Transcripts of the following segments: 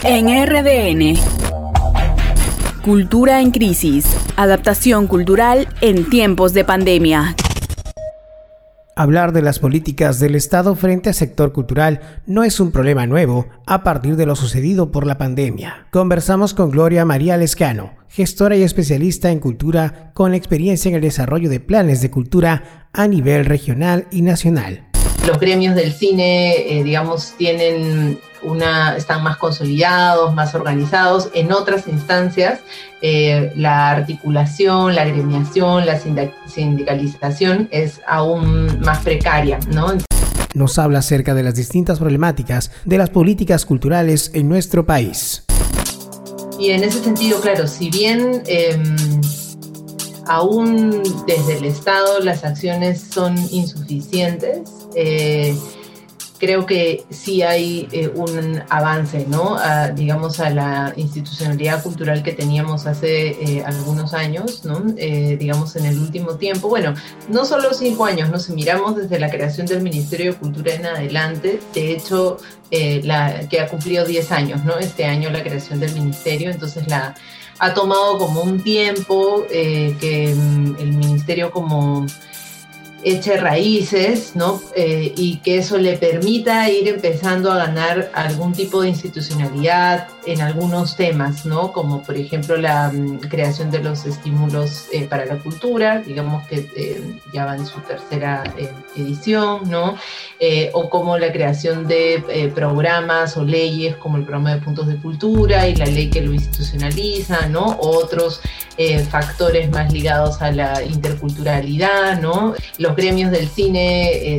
En RDN, Cultura en Crisis, adaptación cultural en tiempos de pandemia. Hablar de las políticas del Estado frente al sector cultural no es un problema nuevo a partir de lo sucedido por la pandemia. Conversamos con Gloria María Lescano, gestora y especialista en cultura con experiencia en el desarrollo de planes de cultura a nivel regional y nacional. Los gremios del cine, están más consolidados, más organizados. En otras instancias, la articulación, la gremiación, la sindicalización es aún más precaria, ¿no? Nos habla acerca de las distintas problemáticas de las políticas culturales en nuestro país. Y en ese sentido, claro, si bien aún desde el Estado las acciones son insuficientes, creo que sí hay un avance, ¿no? A la institucionalidad cultural que teníamos hace algunos años, ¿no? En el último tiempo. Bueno, no solo 5 años, ¿no? Si miramos desde la creación del Ministerio de Cultura en adelante, de hecho, que ha cumplido 10 años, ¿no? Este año la creación del ministerio, entonces ha tomado como un tiempo que el ministerio como eche raíces, ¿no? Y que eso le permita ir empezando a ganar algún tipo de institucionalidad en algunos temas, ¿no? Como por ejemplo la creación de los estímulos para la cultura, digamos que ya va en su tercera edición, ¿no? O como la creación de programas o leyes como el programa de puntos de cultura y la ley que lo institucionaliza, ¿no? O otros factores más ligados a la interculturalidad, ¿no? Los gremios del cine,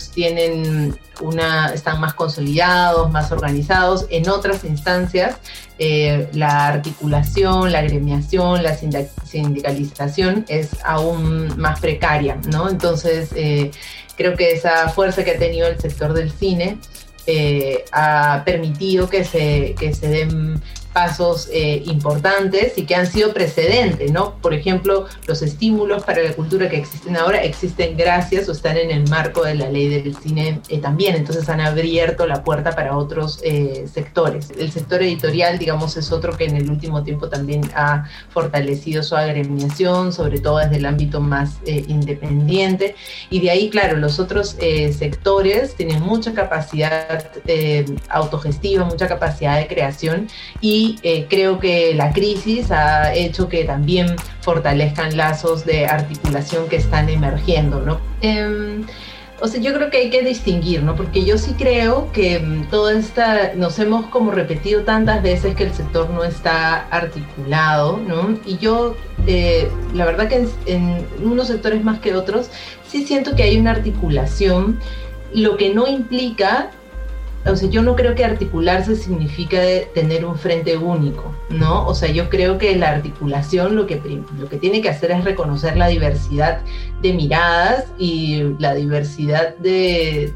están más consolidados, más organizados. En otras instancias, la articulación, la gremiación, la sindicalización es aún más precaria, ¿no? Entonces, creo que esa fuerza que ha tenido el sector del cine ha permitido que se den pasos importantes y que han sido precedentes, ¿no? Por ejemplo, los estímulos para la cultura que existen ahora existen gracias o están en el marco de la ley del cine también, entonces han abierto la puerta para otros sectores. El sector editorial, es otro que en el último tiempo también ha fortalecido su agremiación, sobre todo desde el ámbito más independiente, y de ahí, claro, los otros sectores tienen mucha capacidad autogestiva, mucha capacidad de creación, y creo que la crisis ha hecho que también fortalezcan lazos de articulación que están emergiendo, ¿no? Yo creo que hay que distinguir, ¿no? Porque yo sí creo que nos hemos como repetido tantas veces que el sector no está articulado, ¿no? Y yo, la verdad que en unos sectores más que otros, sí siento que hay una articulación, lo que no implica. Yo no creo que articularse significa tener un frente único, ¿no? Yo creo que la articulación lo que tiene que hacer es reconocer la diversidad de miradas y la diversidad de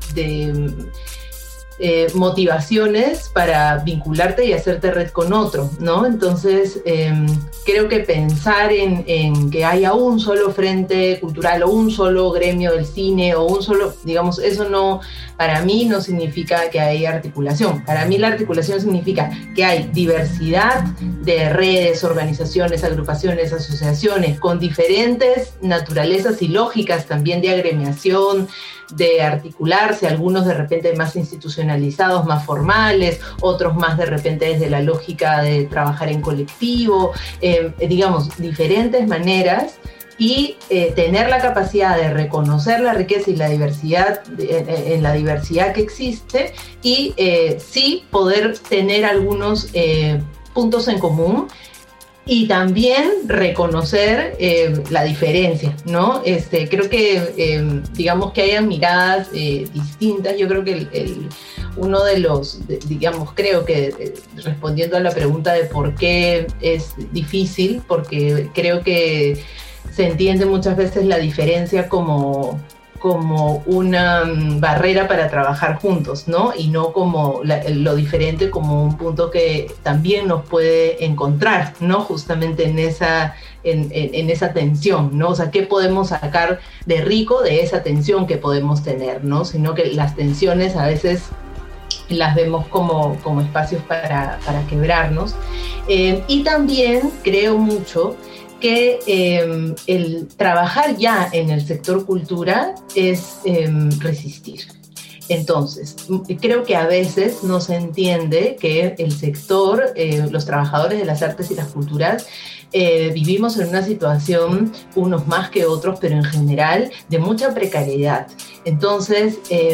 motivaciones para vincularte y hacerte red con otro, ¿no? Entonces, creo que pensar en que haya un solo frente cultural o un solo gremio del cine o un solo, eso no, para mí no significa que haya articulación. Para mí la articulación significa que hay diversidad de redes, organizaciones, agrupaciones, asociaciones con diferentes naturalezas y lógicas también de agremiación, de articularse, algunos de repente más institucionalizados, más formales, otros más de repente desde la lógica de trabajar en colectivo, diferentes maneras, y tener la capacidad de reconocer la riqueza y la diversidad en la diversidad que existe, y sí poder tener algunos puntos en común, y también reconocer la diferencia, ¿no? Creo que, que hayan miradas distintas. Yo creo que uno de los, creo que respondiendo a la pregunta de por qué es difícil, porque creo que se entiende muchas veces la diferencia como una barrera para trabajar juntos, ¿no? Y no como lo diferente como un punto que también nos puede encontrar, ¿no? Justamente en esa tensión, ¿no? ¿Qué podemos sacar de rico de esa tensión que podemos tener, ¿no? Sino que las tensiones a veces las vemos como espacios para quebrarnos. Y también creo mucho que el trabajar ya en el sector cultura es resistir. Entonces, creo que a veces no se entiende que el sector, los trabajadores de las artes y las culturas, vivimos en una situación, unos más que otros, pero en general, de mucha precariedad. Entonces,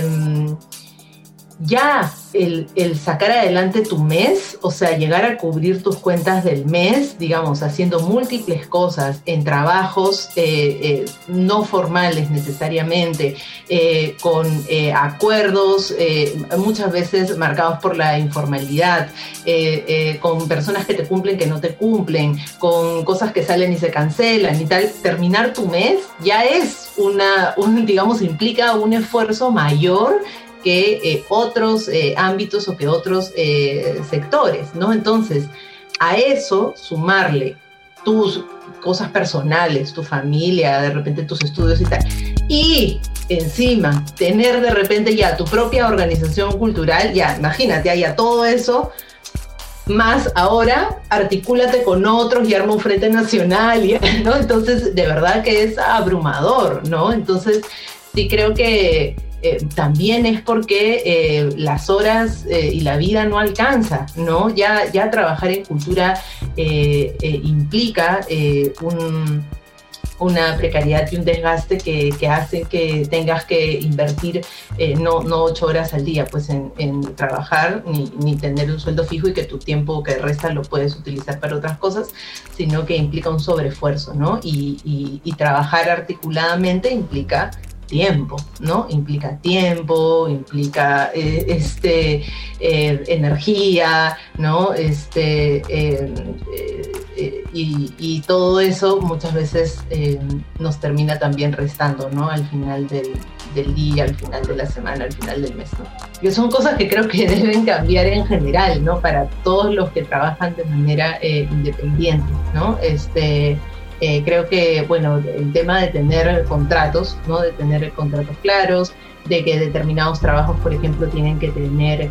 ya el sacar adelante tu mes, o sea, llegar a cubrir tus cuentas del mes, digamos, haciendo múltiples cosas en trabajos no formales necesariamente, con acuerdos muchas veces marcados por la informalidad, con personas que te cumplen, que no te cumplen, con cosas que salen y se cancelan y tal. Terminar tu mes ya es digamos, implica un esfuerzo mayor que otros ámbitos o que otros sectores, ¿no? Entonces, a eso sumarle tus cosas personales, tu familia, de repente tus estudios y tal, y encima tener de repente ya tu propia organización cultural, ya imagínate, haya todo eso, más ahora articúlate con otros y arma un frente nacional, ¿no? Entonces, de verdad que es abrumador, ¿no? Entonces, sí creo que también es porque las horas y la vida no alcanza, ¿no? Ya trabajar en cultura implica una precariedad y un desgaste que hacen que tengas que invertir no 8 horas al día pues en trabajar, ni tener un sueldo fijo y que tu tiempo que resta lo puedes utilizar para otras cosas, sino que implica un sobreesfuerzo, ¿no? Y trabajar articuladamente implica tiempo, ¿no? Implica tiempo, implica energía, ¿no? Y todo eso muchas veces nos termina también restando, ¿no? Al final del día, al final de la semana, al final del mes, ¿no? Que son cosas que creo que deben cambiar en general, ¿no? Para todos los que trabajan de manera independiente, ¿no? Creo que, bueno, el tema de tener contratos, ¿no? De tener contratos claros, de que determinados trabajos, por ejemplo, tienen que tener,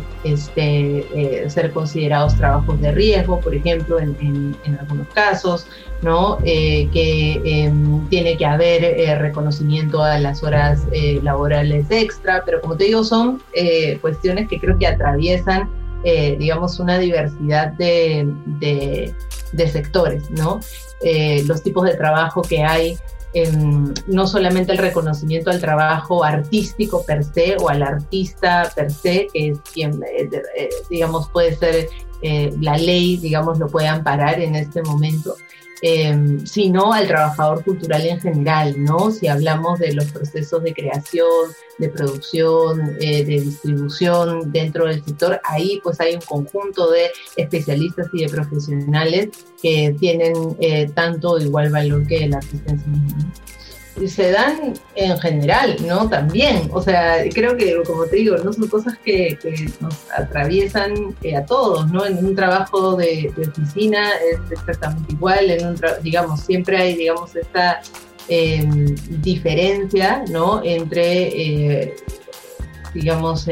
ser considerados trabajos de riesgo, por ejemplo, en algunos casos, ¿no? Que tiene que haber reconocimiento a las horas laborales extra, pero como te digo, son cuestiones que creo que atraviesan, digamos, una diversidad de sectores, ¿no? Los tipos de trabajo que hay, no solamente el reconocimiento al trabajo artístico per se o al artista per se, que es quien, digamos, puede ser la ley, digamos, lo puede amparar en este momento, sino al trabajador cultural en general, ¿no? Si hablamos de los procesos de creación, de producción, de distribución dentro del sector, ahí pues hay un conjunto de especialistas y de profesionales que tienen tanto o igual valor que el artista en sí mismo. Y se dan en general, ¿no? También, o sea, creo que, como te digo, no son cosas que nos atraviesan a todos, ¿no? En un trabajo de oficina es exactamente igual, digamos, siempre hay, digamos, esta diferencia, ¿no? Entre, digamos,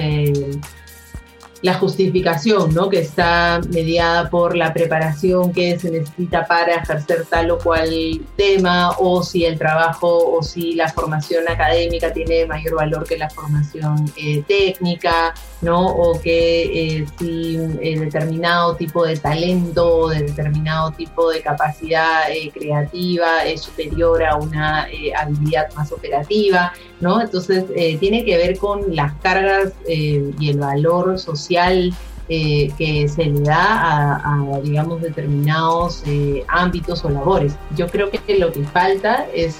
la justificación, ¿no? Que está mediada por la preparación que se necesita para ejercer tal o cual tema, o si el trabajo o si la formación académica tiene mayor valor que la formación técnica, ¿no? O que si determinado tipo de talento o determinado tipo de capacidad creativa es superior a una habilidad más operativa, ¿no? Entonces tiene que ver con las cargas y el valor social que se le da a digamos, determinados ámbitos o labores. Yo creo que lo que falta es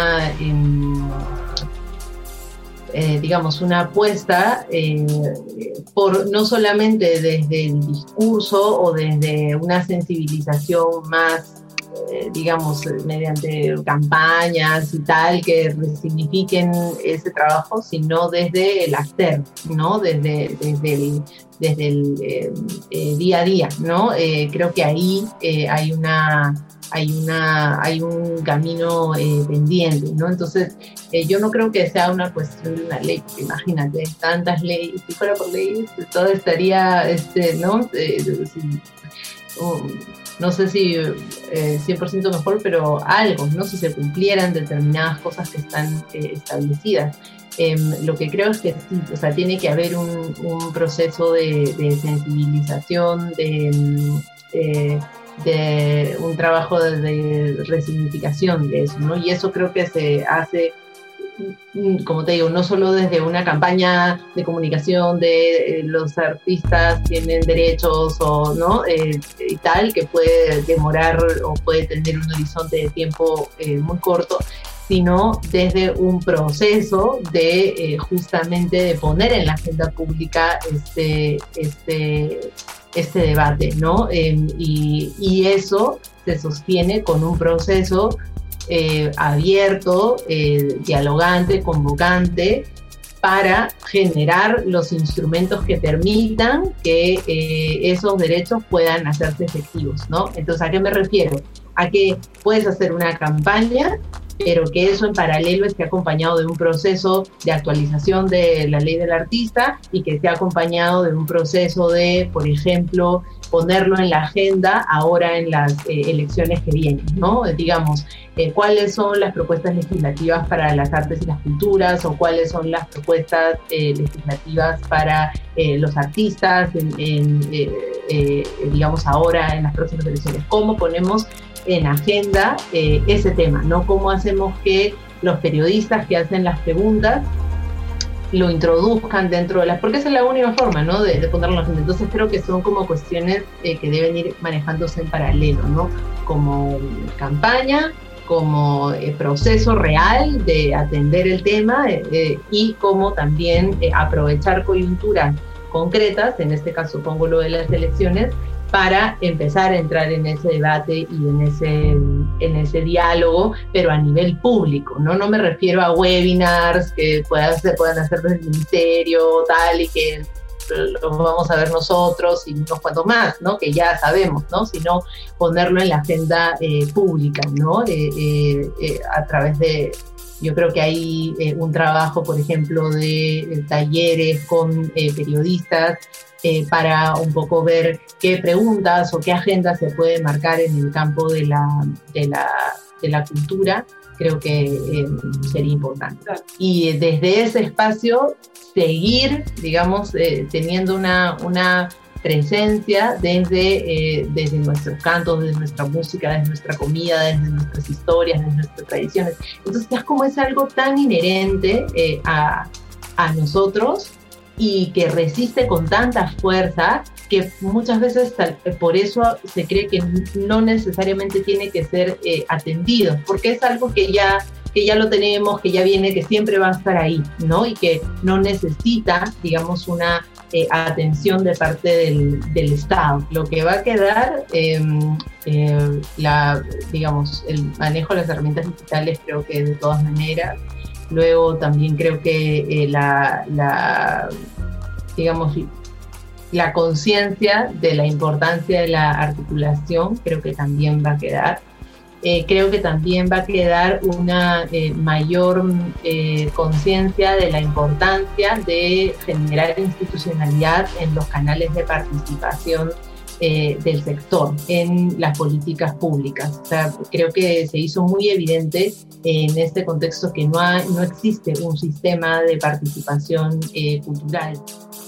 digamos, una apuesta por no solamente desde el discurso o desde una sensibilización más, digamos, mediante campañas y tal, que resignifiquen ese trabajo, sino desde el hacer, ¿no? Desde el día a día, ¿no? Creo que ahí hay un camino pendiente, ¿no? Entonces, yo no creo que sea una cuestión de una ley, porque imagínate, tantas leyes, si fuera por leyes, todo estaría, ¿no? No sé si 100% mejor, pero algo, ¿no? Si se cumplieran determinadas cosas que están establecidas. Lo que creo es que sí, o sea, tiene que haber un proceso de sensibilización, de un trabajo de resignificación de eso, ¿no? Y eso creo que se hace, como te digo, no solo desde una campaña de comunicación de los artistas tienen derechos o no y tal, que puede demorar o puede tener un horizonte de tiempo muy corto, sino desde un proceso de justamente de poner en la agenda pública este debate, ¿no? Y eso se sostiene con un proceso abierto, dialogante, convocante, para generar los instrumentos que permitan que esos derechos puedan hacerse efectivos, ¿no? Entonces, ¿a qué me refiero? A que puedes hacer una campaña, pero que eso en paralelo esté acompañado de un proceso de actualización de la ley del artista y que esté acompañado de un proceso de, por ejemplo, ponerlo en la agenda ahora en las elecciones que vienen, ¿no? Digamos, cuáles son las propuestas legislativas para las artes y las culturas o cuáles son las propuestas legislativas para los artistas, digamos, ahora en las próximas elecciones. ¿Cómo ponemos en agenda ese tema, ¿no? ¿Cómo hacemos que los periodistas que hacen las preguntas lo introduzcan dentro de las... Porque esa es la única forma, ¿no? de ponerlo en agenda. Entonces creo que son como cuestiones que deben ir manejándose en paralelo, ¿no? Como campaña, como proceso real de atender el tema y como también aprovechar coyunturas concretas, en este caso pongo lo de las elecciones, para empezar a entrar en ese debate y en ese diálogo, pero a nivel público, ¿no? No me refiero a webinars que se puedan hacer desde el ministerio, tal, y que los vamos a ver nosotros y unos cuantos más, ¿no? Que ya sabemos, ¿no? Sino ponerlo en la agenda pública, ¿no? A través de... Yo creo que hay un trabajo, por ejemplo, de talleres con periodistas para un poco ver qué preguntas o qué agendas se puede marcar en el campo de la cultura. Creo que sería importante. Y desde ese espacio seguir, digamos, teniendo una presencia desde nuestros cantos, desde nuestra música, desde nuestra comida, desde nuestras historias, desde nuestras tradiciones. Entonces es como es algo tan inherente a nosotros y que resiste con tanta fuerza que muchas veces por eso se cree que no necesariamente tiene que ser atendido, porque es algo que ya lo tenemos, que ya viene, que siempre va a estar ahí, ¿no? Y que no necesita, digamos, una atención de parte del Estado. Lo que va a quedar, digamos, el manejo de las herramientas digitales, creo que de todas maneras. Luego también creo que digamos, la conciencia de la importancia de la articulación creo que también va a quedar. Creo que también va a quedar una mayor conciencia de la importancia de generar institucionalidad en los canales de participación del sector en las políticas públicas. O sea, creo que se hizo muy evidente en este contexto que no existe un sistema de participación cultural